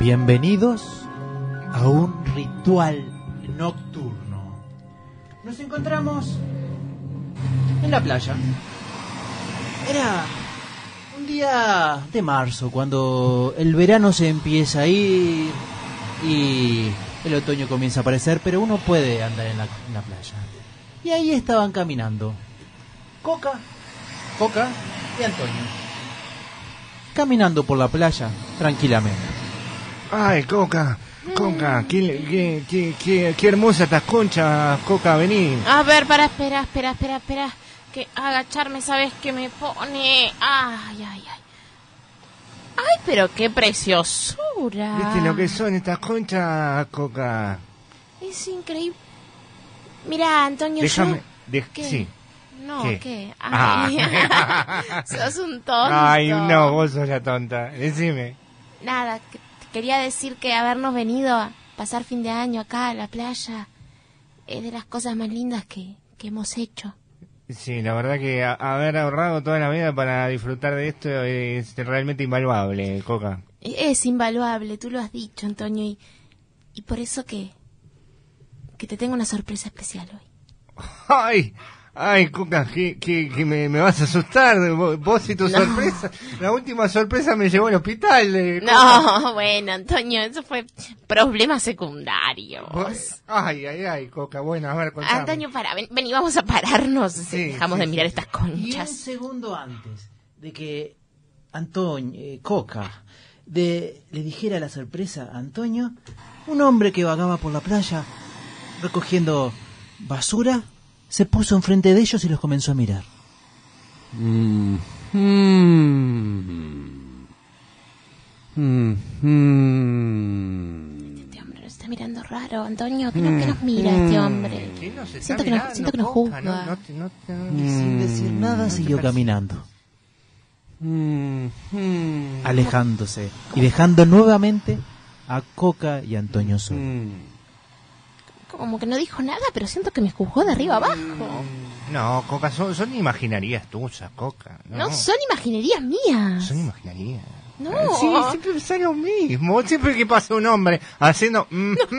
Bienvenidos a un ritual nocturno. Nos encontramos en la playa. Era un día de marzo, cuando el verano se empieza a ir y el otoño comienza a aparecer, pero uno puede andar en la playa. Y ahí estaban caminando Coca y Antonio, caminando por la playa tranquilamente. Ay, Coca, qué hermosa estas conchas, Coca, vení. A ver, espera. Que agacharme, ¿sabes qué me pone? Ay, pero qué preciosura. ¿Viste lo que son estas conchas, Coca? Es increíble. Mira, Antonio, Déjame, ¿Qué? Sí. No, ¿Qué? ¿qué? Ay, sos un tonto. Ay, no, vos sos la tonta, decime. Nada, quería decir que habernos venido a pasar fin de año acá a la playa es de las cosas más lindas que hemos hecho. Sí, la verdad que haber ahorrado toda la vida para disfrutar de esto es realmente invaluable, Coca. Es invaluable, tú lo has dicho, Antonio, y por eso que te tengo una sorpresa especial hoy. Ay, Coca, que me vas a asustar, vos y tu sorpresa. La última sorpresa me llevó al hospital. No, bueno, Antonio, eso fue problema secundario. Ay, Coca, bueno, a ver, contame. Antonio, vení, vamos a pararnos. Sí, dejamos de mirar estas Y un conchas. segundo antes de que Coca le dijera la sorpresa a Antonio, un hombre que vagaba por la playa recogiendo basura se puso enfrente de ellos y los comenzó a mirar. Este hombre nos está mirando raro, Antonio. ¿Qué nos mira este hombre? Siento que nos juzga. Y sin decir nada siguió caminando, alejándose y dejando nuevamente a Coca y Antonio solos. Como que no dijo nada, pero siento que me juzgó de arriba abajo. No, Coca, son imaginarías tuyas, Coca. No son imaginerías mías. Son imaginarías. No. Sí, siempre pasa lo mismo. Siempre que pasa un hombre haciendo...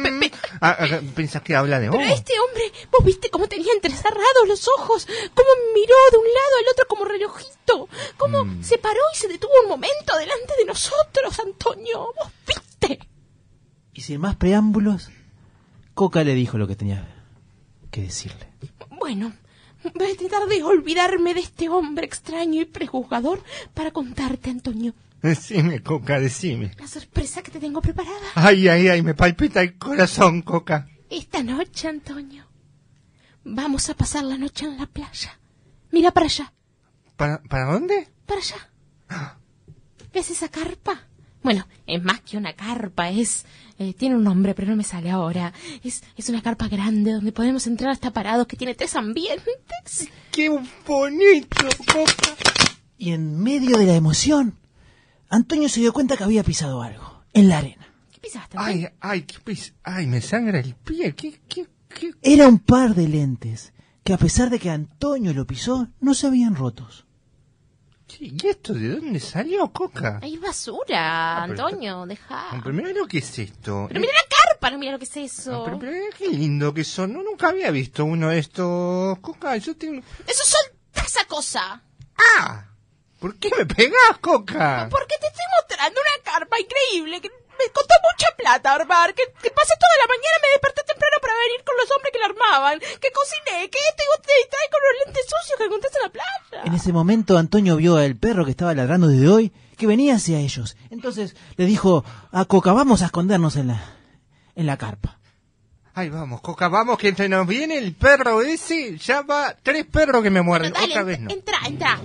¿Pensás que habla de vos? Pero este hombre, vos viste cómo tenía entrecerrados los ojos, cómo miró de un lado al otro como relojito, cómo se paró y se detuvo un momento delante de nosotros, Antonio. ¿Vos viste? Y sin más preámbulos, Coca le dijo lo que tenía que decirle. Bueno, voy a tratar de olvidarme de este hombre extraño y prejuzgador para contarte, Antonio, Decime, Coca, decime. la sorpresa que te tengo preparada. Ay, me palpita el corazón, Coca. Esta noche, Antonio, vamos a pasar la noche en la playa. Mira para allá. ¿Para dónde? Para allá. ¿Ves esa carpa? Bueno, es más que una carpa, tiene un nombre, pero no me sale ahora. Es una carpa grande donde podemos entrar hasta parados, que tiene 3 ambientes. ¡Qué bonito, Coca! Y en medio de la emoción, Antonio se dio cuenta que había pisado algo en la arena. ¿Qué pisaste, Antonio? Ay, me sangra el pie. ¿Qué? Era un par de lentes que, a pesar de que Antonio lo pisó, no se habían rotos. ¿Y esto de dónde salió, Coca? Hay basura, pero Antonio, deja. Primero, ¿qué es esto? Pero mira la carpa, no mira lo que es eso. Pero qué lindo que son. No, nunca había visto uno de estos. Coca, yo tengo... ¡Eso solta esa cosa! ¡Ah! ¿Por qué me pegás, Coca? Porque te estoy mostrando una carpa increíble que me costó mucha plata armar, que pasé toda la mañana, me desperté temprano para venir con los hombres que la armaban, que cociné, que y vos te distraes con los lentes sucios que encontraste en la playa. En ese momento Antonio vio al perro que estaba ladrando desde hoy, que venía hacia ellos. Entonces le dijo a Coca, vamos a escondernos en la carpa. Ay, vamos, Coca, vamos, que entre nos viene el perro ese. Ya va 3 perros que me muerden. Dale, Otra vez no. Entra.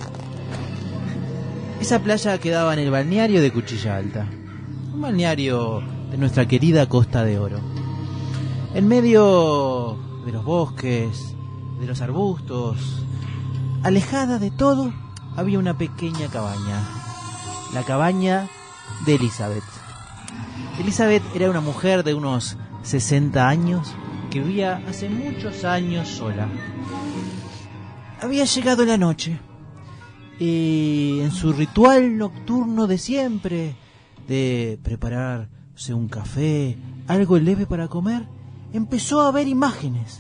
Esa playa quedaba en el balneario de Cuchilla Alta, un balneario de nuestra querida Costa de Oro. En medio de los bosques, de los arbustos, alejada de todo, había una pequeña cabaña, la cabaña de Elizabeth. Elizabeth era una mujer de unos 60 años que vivía hace muchos años sola. Había llegado la noche y en su ritual nocturno de siempre, de prepararse un café, algo leve para comer, empezó a ver imágenes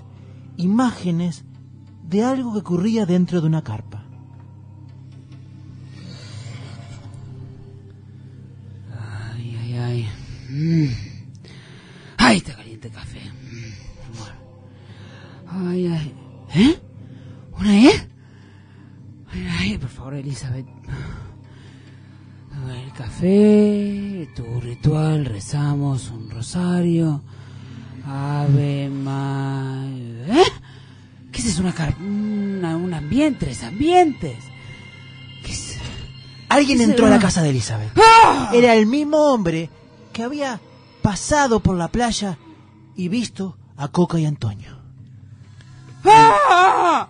de algo que ocurría dentro de una carpa. Ay. Ay, está caliente el café. Ay. ¿Eh? ¿Una E? Ay, por favor, Elizabeth. El café, tu ritual, rezamos un rosario. Ave María. ¿Eh? ¿Qué es eso? Un ambiente, 3 ambientes. ¿Qué es? Alguien ¿Qué entró a será? la casa de Elizabeth. ¡Ah! Era el mismo hombre que había pasado por la playa y visto a Coca y Antonio. ¡Ah!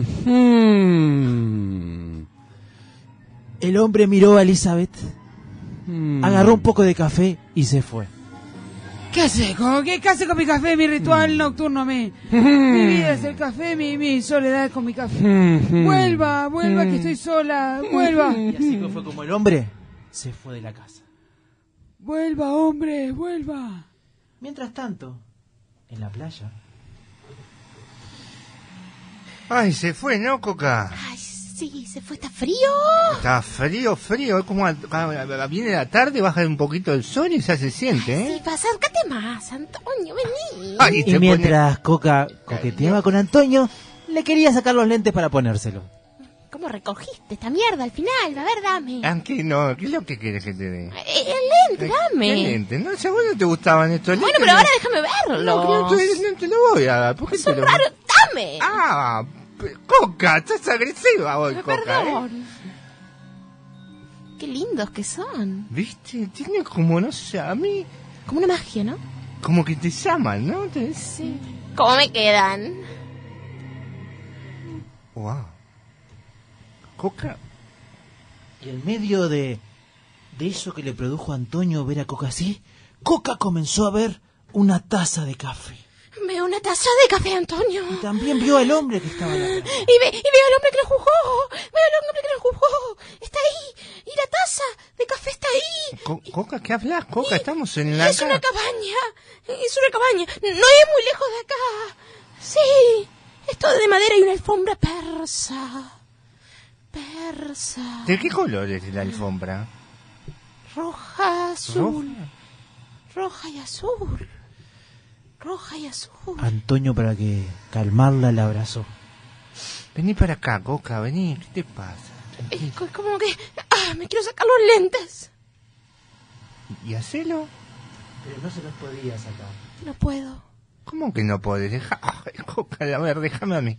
El hombre miró a Elizabeth, agarró un poco de café y se fue. ¿Qué hace? ¿Qué hace con mi café, mi ritual nocturno? Mi vida es el café, mi soledad con mi café. Vuelva, que estoy sola, vuelva. Y así fue como el hombre se fue de la casa. Vuelva, hombre, vuelva. Mientras tanto, en la playa... Ay, se fue, ¿no, Coca? Ay, sí, se fue, está frío. Está frío. Es como viene la tarde, baja un poquito el sol y ya se siente, ¿eh? Sí, acércate más, Antonio, vení. Ay, Y mientras Coca coqueteaba con Antonio, le quería sacar los lentes para ponérselo. ¿Cómo recogiste esta mierda al final? A ver, dame. Aunque no, ¿qué es lo que quieres que te dé? El lente, dame. ¿Qué lente? No, seguro no te gustaban estos lentes. Bueno, pero ahora déjame verlo. No te lo voy a dar. ¿Por qué Son te lo raros, dame. Ah, Coca, estás agresiva hoy, Coca, ¿eh? Perdón. Qué lindos que son. ¿Viste? Tiene como, no sé, a mí... Como una magia, ¿no? Como que te llaman, ¿no? Sí. ¿Cómo me quedan? Wow. Coca... Y en medio de eso que le produjo a Antonio ver a Coca así, Coca comenzó a ver una taza de café. Veo una taza de café, Antonio. Y también vio al hombre que estaba en la playa. Y veo al hombre que lo juzgó. Veo al hombre que lo juzgó. Está ahí. Y la taza de café está ahí. Coca, ¿qué hablas, Coca? Estamos en la... Es una cabaña. Es una cabaña. No es muy lejos de acá. Sí. Es todo de madera y una alfombra persa. ¿De qué color es la alfombra? Roja, azul. Roja y azul. Roja y azul. Antonio, para que calmarla, la abrazó. Vení para acá, Coca, vení. ¿Qué te pasa? Es como que... me quiero sacar los lentes. ¿Y hacelo? Pero no se los podía sacar. No puedo. ¿Cómo que no podés? Ay, Coca, a ver, déjame a mí.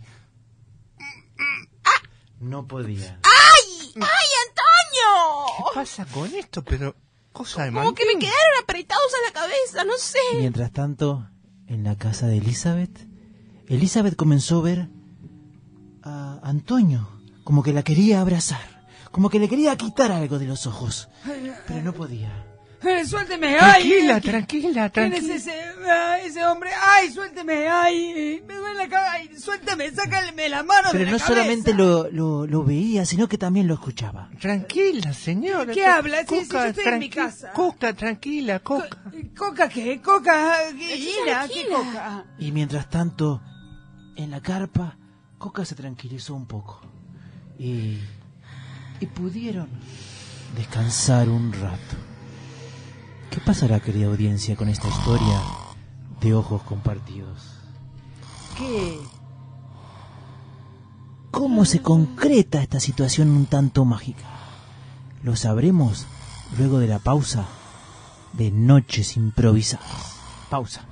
No podía. ¡Ay! ¡Ay, Antonio! ¿Qué pasa con esto? Pero, cosa de Como que me quedaron apretados a la cabeza, no sé. Mientras tanto, en la casa de Elizabeth comenzó a ver a Antonio, como que la quería abrazar, como que le quería quitar algo de los ojos, pero no podía. Suélteme, Tranquila. ¿Quién es ese hombre? Ay, suélteme, ay, me duele la cabeza, ay, suélteme, sácame la mano Pero de no la solamente cabeza. lo veía, sino que también lo escuchaba. Tranquila, señora. ¿Qué habla? Sí, Coca, yo estoy en mi casa. Coca, tranquila, Coca. ¿Coca qué? ¿Coca? ¿Qué? Tranquila. ¿Qué coca? Y mientras tanto, en la carpa, Coca se tranquilizó un poco. Y pudieron descansar un rato. ¿Qué pasará, querida audiencia, con esta historia de ojos compartidos? ¿Cómo se concreta esta situación un tanto mágica? Lo sabremos luego de la pausa de Noches Improvisadas. Pausa.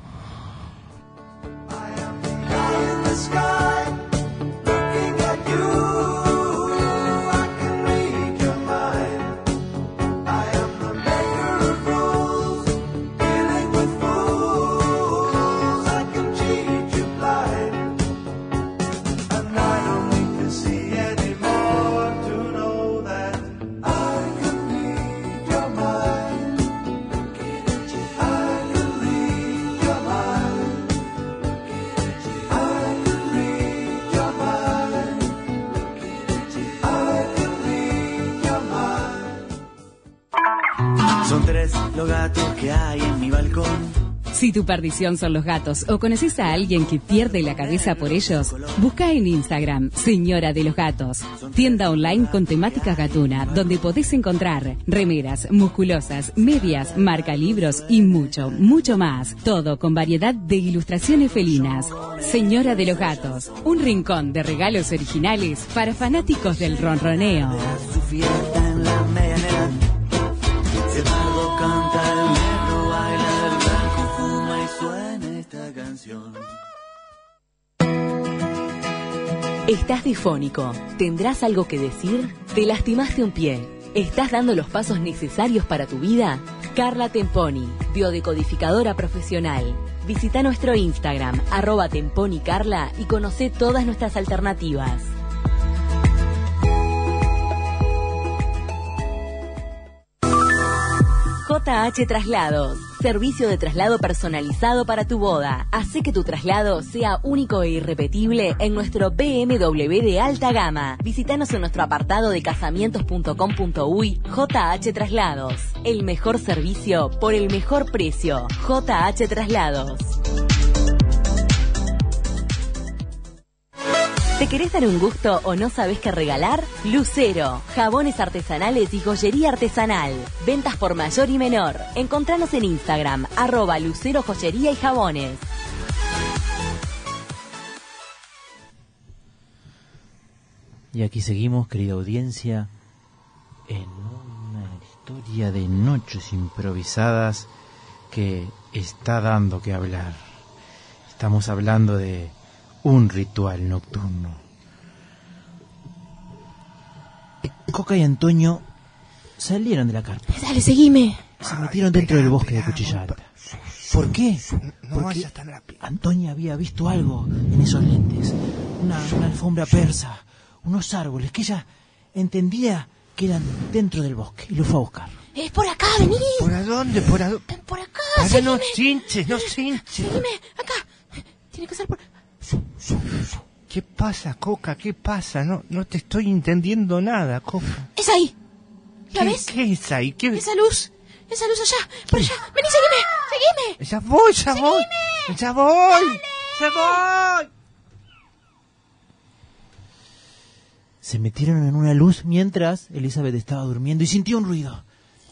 ves los gatos que hay en mi balcón. Si tu perdición son los gatos o conoces a alguien que pierde la cabeza por ellos, busca en Instagram Señora de los Gatos, tienda online con temática gatuna, donde podés encontrar remeras, musculosas, medias, marcalibros y mucho, mucho más. Todo con variedad de ilustraciones felinas. Señora de los Gatos, un rincón de regalos originales para fanáticos del ronroneo. Su fiesta en la medianera. Si el pardo canta, el negro baila, el blanco fuma y suena esta canción. ¿Estás difónico? ¿Tendrás algo que decir? ¿Te lastimaste un pie? ¿Estás dando los pasos necesarios para tu vida? Carla Temponi, biodecodificadora profesional. Visita nuestro Instagram, @temponicarla, y conoce todas nuestras alternativas. JH Traslados, servicio de traslado personalizado para tu boda. Hace que tu traslado sea único e irrepetible en nuestro BMW de alta gama. Visítanos en nuestro apartado de casamientos.com.uy. JH Traslados, el mejor servicio por el mejor precio. JH Traslados. ¿Te querés dar un gusto o no sabés qué regalar? Lucero, jabones artesanales y joyería artesanal. Ventas por mayor y menor. Encontranos en Instagram, @Lucero Joyería y Jabones. Y aquí seguimos, querida audiencia, en una historia de noches improvisadas que está dando que hablar. Estamos hablando de un ritual nocturno. Coca y Antonio salieron de la carpa. Dale, seguime. Se metieron dentro del bosque de Cuchilla Alta. ¿Por qué? No Porque vayas tan rápido. Antonio había visto algo en esos lentes. Una alfombra persa, unos árboles que ella entendía que eran dentro del bosque y lo fue a buscar. Es por acá, vení. ¿Por a dónde? ¿Por a dónde? Por acá, Para, seguime. no cinches, no cinches. Seguime, acá. Tiene que ser por... ¿Qué pasa, Coca? ¿Qué pasa? No te estoy entendiendo nada, Coca. Es ahí. ¿La ¿Qué, ves? ¿Qué es ahí? ¿Qué? Esa luz allá, por allá. Vení, seguime. Ya voy, ya voy. Ya voy. Ya voy. Se metieron en una luz mientras Elizabeth estaba durmiendo y sintió un ruido.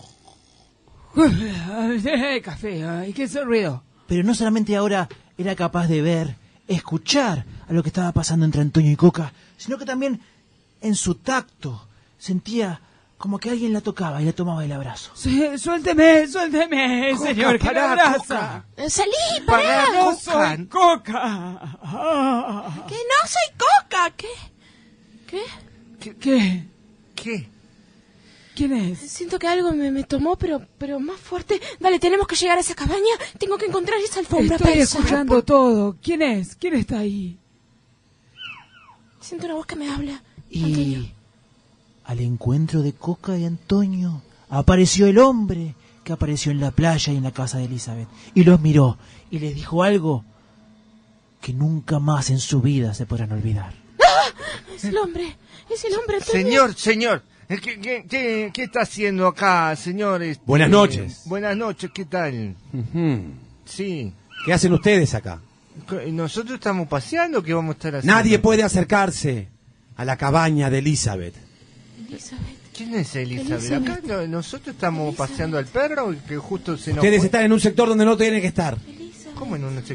Café, ay, ¿qué es el ruido? Pero no solamente ahora era capaz de ver, escuchar a lo que estaba pasando entre Antonio y Coca, sino que también en su tacto sentía como que alguien la tocaba y la tomaba del abrazo. Suélteme, Coca, señor, que me pará, abraza. Salí, Pará, pará. No Coca. soy Coca. Ah. Que no soy Coca. ¿Qué? ¿Qué? ¿Qué? ¿Quién es? Siento que algo me tomó, pero más fuerte. Dale, tenemos que llegar a esa cabaña. Tengo que encontrar esa alfombra Estoy persa. escuchando todo. ¿Quién es? ¿Quién está ahí? Siento una voz que me habla. Y Antonio. al encuentro de Coca y Antonio apareció el hombre que apareció en la playa y en la casa de Elizabeth. Y los miró y les dijo algo que nunca más en su vida se podrán olvidar. Es el hombre, Antonio. Señor. ¿Qué está haciendo acá, señores? Buenas noches. Buenas noches, ¿qué tal? Ujú. Sí. ¿Qué hacen ustedes acá? ¿Nosotros estamos paseando? ¿Qué vamos a estar haciendo? Nadie puede acercarse a la cabaña de Elizabeth. Elizabeth. ¿Quién es Elizabeth? Elizabeth. Acá nosotros estamos Elizabeth. paseando al perro que justo se nos... Ustedes están en un sector donde no tienen que estar. Elizabeth. ¿Cómo en un...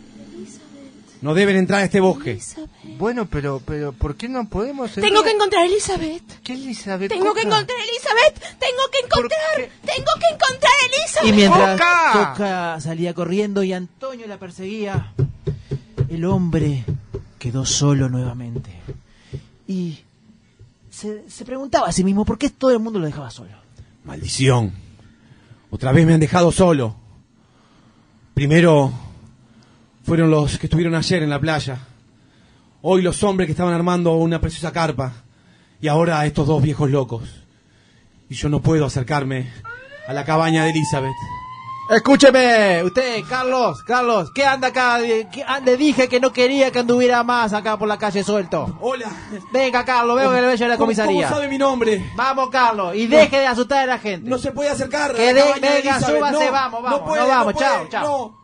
No deben entrar a este bosque. Elizabeth. Pero ¿por qué no podemos... Tengo que encontrar a Elizabeth. ¿Qué Elizabeth? Tengo que Coca? encontrar a Elizabeth. Tengo que encontrar a Elizabeth. Y mientras ¡Coca! Coca salía corriendo y Antonio la perseguía, el hombre quedó solo nuevamente. Y se preguntaba a sí mismo por qué todo el mundo lo dejaba solo. Maldición. Otra vez me han dejado solo. Primero fueron los que estuvieron ayer en la playa. Hoy los hombres que estaban armando una preciosa carpa. Y ahora estos dos viejos locos. Y yo no puedo acercarme a la cabaña de Elizabeth. Escúcheme, usted, Carlos, ¿qué anda acá? Le dije que no quería que anduviera más acá por la calle suelto. Hola. Venga, Carlos, veo que le voy a llevar a la comisaría. ¿Cómo sabe mi nombre? Vamos, Carlos, y deje de asustar a la gente. No se puede acercar. Que a la cabaña de venga, Elizabeth. súbase, No, vamos, no puede, vamos, no puede, chao. no.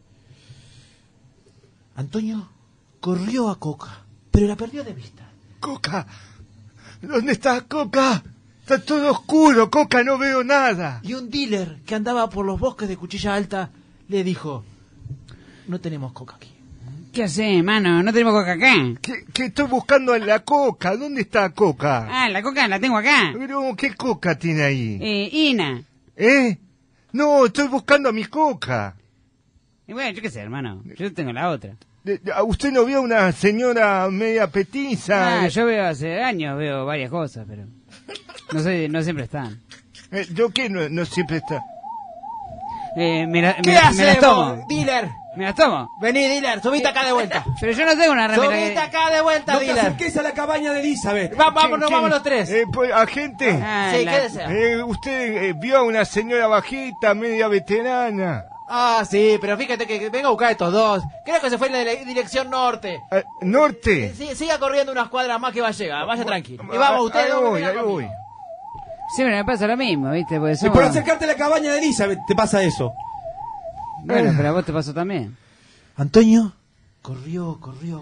Antonio corrió a Coca, pero la perdió de vista. Coca, ¿dónde estás, Coca? Está todo oscuro, Coca, no veo nada. Y un dealer que andaba por los bosques de Cuchilla Alta le dijo: no tenemos coca aquí. ¿Qué haces, mano? ¿No tenemos coca acá? Que estoy buscando a la Coca. ¿Dónde está Coca? Ah, la coca la tengo acá. Pero, ¿qué Coca tiene ahí? Ina. No, estoy buscando a mi Coca. Y bueno, yo qué sé, hermano. Yo tengo la otra. ¿Usted no vio una señora media petiza? Yo veo hace años, veo varias cosas, pero no siempre están. ¿Yo qué? No siempre está. Me las haces, tomo. dealer? Me las tomo. Vení, dealer, subite acá de vuelta. Pero yo no tengo una remera. Subite acá de vuelta, No te dealer. acerques a la cabaña de Elizabeth. Vámonos los tres. Pues, agente, Sí, ¿qué desea? usted vio a una señora bajita, media veterana. Ah, sí, pero fíjate que vengo a buscar a estos dos. Creo que se fue en la dirección norte. ¿Norte? Sí, siga corriendo unas cuadras más que va a llegar. Vaya tranquilo. Y vamos, ustedes. Ahí voy. Siempre me pasa lo mismo, ¿viste? Porque Y somos... por acercarte a la cabaña de Elizabeth te pasa eso. Bueno, pero a vos te pasó también. Antonio corrió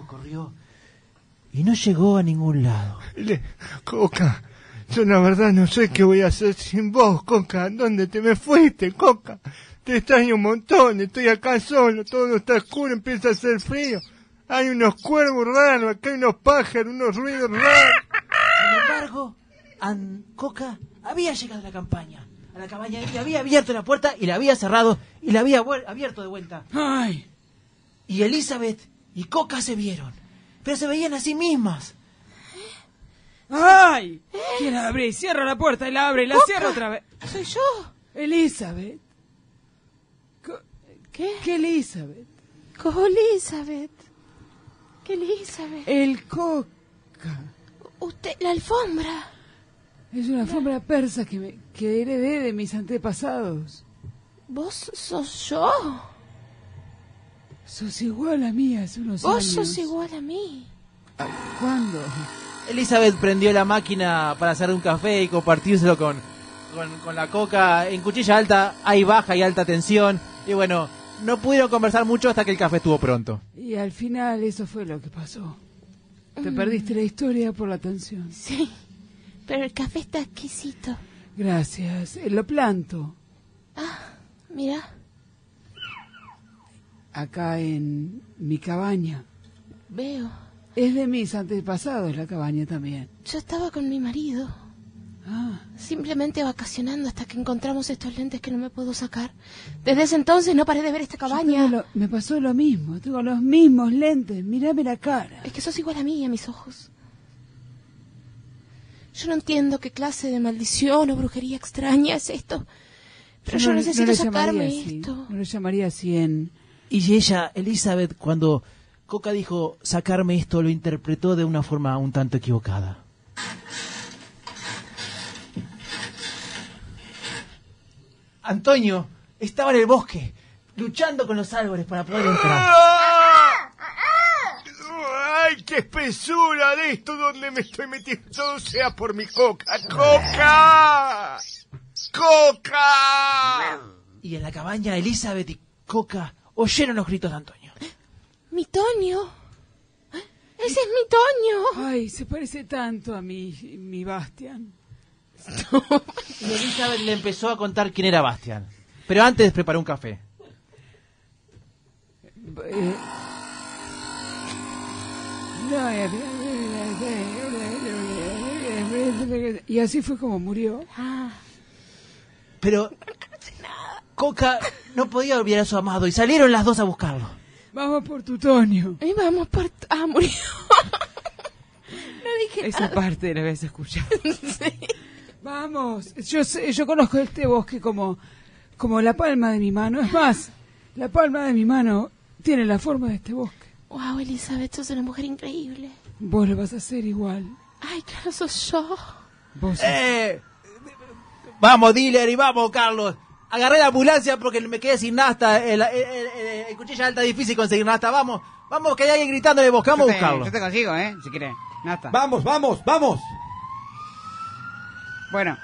y no llegó a ningún lado. Coca, yo la verdad no sé qué voy a hacer sin vos, Coca. ¿Dónde te me fuiste, Coca? Te extraño un montón, estoy acá solo, todo está oscuro, empieza a hacer frío. Hay unos cuervos raros, acá hay unos pájaros, unos ruidos raros. Sin embargo, Coca había llegado a la campaña, a la cabaña, y había abierto la puerta y la había cerrado y la había abierto de vuelta. ¡Ay! Y Elizabeth y Coca se vieron, pero se veían a sí mismas. ¡Ay! ¿Quién abre? Cierra la puerta y la abre y la cierra otra vez. Soy yo. Elizabeth. ¿Qué? ¿Qué Elizabeth? Elizabeth. ¿Qué Elizabeth? El Coca. Usted, la alfombra. Es una alfombra persa que heredé de mis antepasados. ¿Vos sos yo? Sos igual a mí hace unos Vos años. sos igual a mí. ¿Cuándo? Elizabeth prendió la máquina para hacer un café y compartírselo con la Coca. En Cuchilla Alta hay baja y alta tensión. Y bueno, no pudieron conversar mucho hasta que el café estuvo pronto. Y al final eso fue lo que pasó. Te perdiste la historia por la tensión. Sí, pero el café está exquisito. Gracias. Lo planto. Mira. Acá en mi cabaña. Veo. Es de mis antepasados la cabaña también. Yo estaba con mi marido. Simplemente vacacionando hasta que encontramos estos lentes que no me puedo sacar. Desde ese entonces no paré de ver esta cabaña. Me pasó lo mismo. Tengo los mismos lentes. Mírame la cara. Es que sos igual a mí y a mis ojos. Yo no entiendo qué clase de maldición o brujería extraña es esto. Pero yo necesito sacarme esto. No lo llamaría así en... Y ella, Elizabeth, cuando Coca dijo sacarme esto, lo interpretó de una forma un tanto equivocada. Antonio estaba en el bosque, luchando con los árboles para poder entrar. ¡Ay, qué espesura de esto! ¿Dónde me estoy metiendo? Todo sea por mi Coca. ¡Coca! ¡Coca! Y en la cabaña, Elizabeth y Coca oyeron los gritos de Antonio. ¡Mi Toño! ¡Ese es mi Toño! Ay, se parece tanto a mi Bastian. Y Elizabeth le empezó a contar quién era Bastian. Pero antes preparó un café. Y así fue como murió. Pero Coca no podía olvidar a su amado y salieron las dos a buscarlo. Vamos por tu Toño. Y vamos por... murió. No dije Esa nada. parte la habías escuchado. Sí. Vamos, yo conozco este bosque como la palma de mi mano. Es más, la palma de mi mano tiene la forma de este bosque. Wow, Elizabeth, sos una mujer increíble. Vos lo vas a hacer igual. Ay, claro, sos yo. Vos Vamos, dealer, y vamos, Carlos. agarré la ambulancia porque me quedé sin nafta. El cuchilla alta difícil conseguir nafta. Vamos, que hay alguien gritando de bosque. Vamos a buscarlo. Yo te consigo, si querés. Nafta. Vamos. Bueno.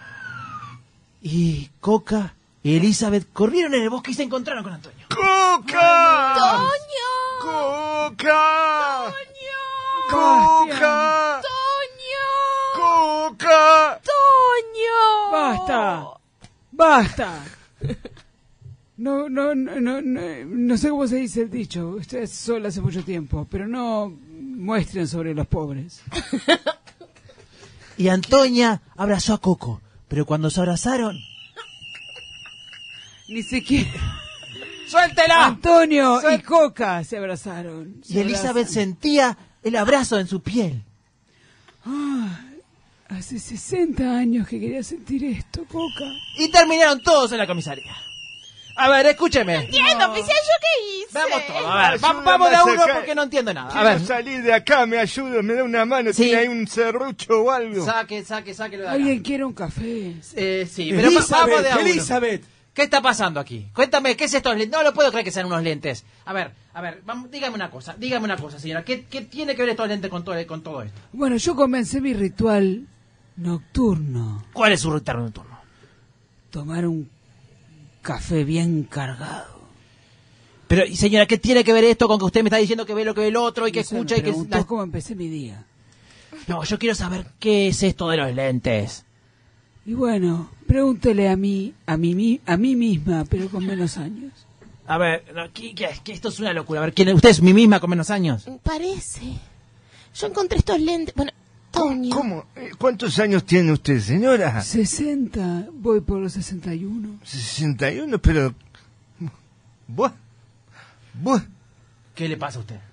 Y Coca y Elizabeth corrieron en el bosque y se encontraron con Antonio. ¡Coca! ¡Toño! ¡Coca! ¡Coca! ¡Coca! ¡Toño! ¡Basta! No sé cómo se dice el dicho. Estoy sola hace mucho tiempo, pero no muestren sobre los pobres. Y Antonia abrazó a Coco, pero cuando se abrazaron... Ni siquiera ¡Suéltela! Antonio y Coca se abrazaron. Y Elizabeth sentía el abrazo en su piel. Hace 60 años que quería sentir esto, Coca. Y terminaron todos en la comisaría. A ver, escúcheme. Entiendo, oficial, ¿yo qué hice? Vamos todos, a ver, Ayúdame vamos de a a uno sacar. porque no entiendo nada. A Quiero ver, salir de acá, me ayuda, me da una mano, Sí. tiene ahí un serrucho o algo. sáquelo de acá. ¿Alguien quiere un café? Sí, pero vamos de a uno. Elizabeth. ¿Qué está pasando aquí? Cuéntame, ¿qué es esto? No lo puedo creer que sean unos lentes. A ver, dígame una cosa, señora. ¿Qué tiene que ver estos lentes con todo esto? Bueno, yo comencé mi ritual nocturno. ¿Cuál es su ritual nocturno? Tomar un café bien cargado. Pero, y señora, ¿qué tiene que ver esto con que usted me está diciendo que ve lo que ve el otro y que Eso me escucha y que... preguntó cómo empecé mi día. No, yo quiero saber qué es esto de los lentes. Y bueno, pregúntele a mí misma, pero con menos años. A ver, que esto es una locura. A ver, ¿usted es mi misma con menos años? Parece. Yo encontré estos lentes. Bueno, Toño. ¿Cómo? ¿Cuántos años tiene usted, señora? 60, voy por los 61. 61, pero... ¿Vos? ¿Qué le pasa a usted?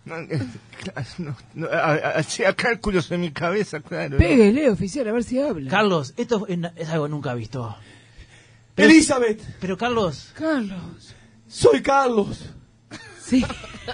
Hacía cálculos en mi cabeza, claro. Pégale, oficial, a ver si habla. Carlos, esto es algo nunca visto. Elizabeth. Pero Carlos... Carlos. Soy Carlos. Sí.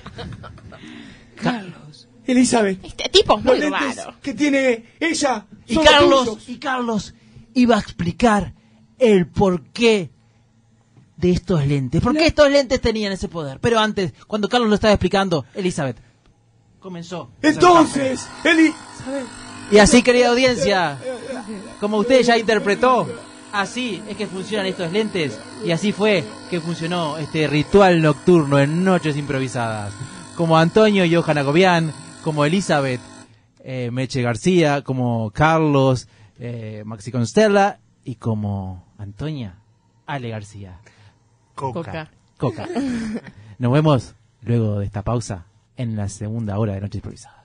Carlos. Elizabeth. Este tipo es Los muy lentes raro. que tiene ella Y son Carlos, tuyos. y Carlos iba a explicar el porqué de estos lentes. ¿Por qué estos lentes tenían ese poder? Pero antes, cuando Carlos lo estaba explicando, Elizabeth comenzó. Entonces, Elizabeth. Y así, querida audiencia, como usted ya interpretó, así es que funcionan estos lentes. Y así fue que funcionó este ritual nocturno en Noches Improvisadas. Como Antonio y Johanna Gobián, como Elizabeth Meche García, como Carlos Maxi Constella y como Antonia Ale García. Coca. Nos vemos luego de esta pausa en la segunda hora de Noches Improvisadas.